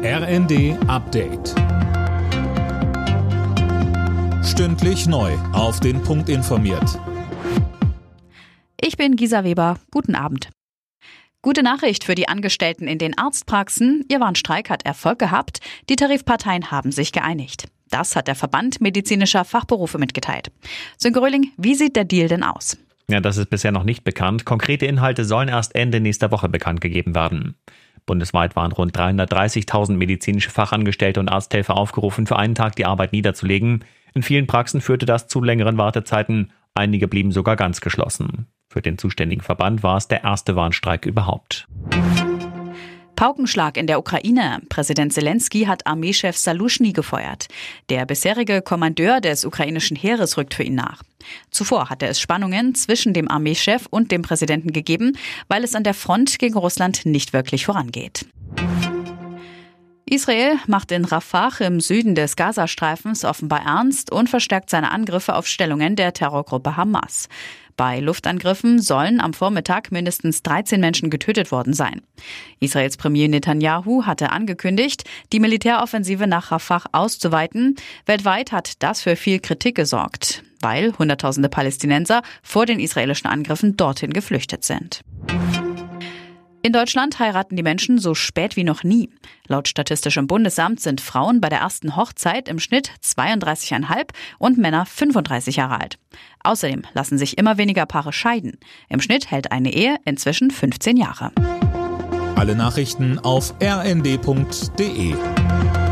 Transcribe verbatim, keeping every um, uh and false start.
R N D Update. Stündlich neu auf den Punkt informiert. Ich bin Gisa Weber. Guten Abend. Gute Nachricht für die Angestellten in den Arztpraxen. Ihr Warnstreik hat Erfolg gehabt. Die Tarifparteien haben sich geeinigt. Das hat der Verband medizinischer Fachberufe mitgeteilt. Sönke Röhling, wie sieht der Deal denn aus? Ja, das ist bisher noch nicht bekannt. Konkrete Inhalte sollen erst Ende nächster Woche bekannt gegeben werden. Bundesweit waren rund dreihundertdreißigtausend medizinische Fachangestellte und Arzthelfer aufgerufen, für einen Tag die Arbeit niederzulegen. In vielen Praxen führte das zu längeren Wartezeiten. Einige blieben sogar ganz geschlossen. Für den zuständigen Verband war es der erste Warnstreik überhaupt. Paukenschlag in der Ukraine. Präsident Zelensky hat Armeechef Saluschny gefeuert. Der bisherige Kommandeur des ukrainischen Heeres rückt für ihn nach. Zuvor hatte es Spannungen zwischen dem Armeechef und dem Präsidenten gegeben, weil es an der Front gegen Russland nicht wirklich vorangeht. Israel macht in Rafah im Süden des Gazastreifens offenbar ernst und verstärkt seine Angriffe auf Stellungen der Terrorgruppe Hamas. Bei Luftangriffen sollen am Vormittag mindestens dreizehn Menschen getötet worden sein. Israels Premier Netanyahu hatte angekündigt, die Militäroffensive nach Rafah auszuweiten. Weltweit hat das für viel Kritik gesorgt, weil Hunderttausende Palästinenser vor den israelischen Angriffen dorthin geflüchtet sind. In Deutschland heiraten die Menschen so spät wie noch nie. Laut Statistischem Bundesamt sind Frauen bei der ersten Hochzeit im Schnitt zweiunddreißig Komma fünf und Männer fünfunddreißig Jahre alt. Außerdem lassen sich immer weniger Paare scheiden. Im Schnitt hält eine Ehe inzwischen fünfzehn Jahre. Alle Nachrichten auf r n d punkt d e.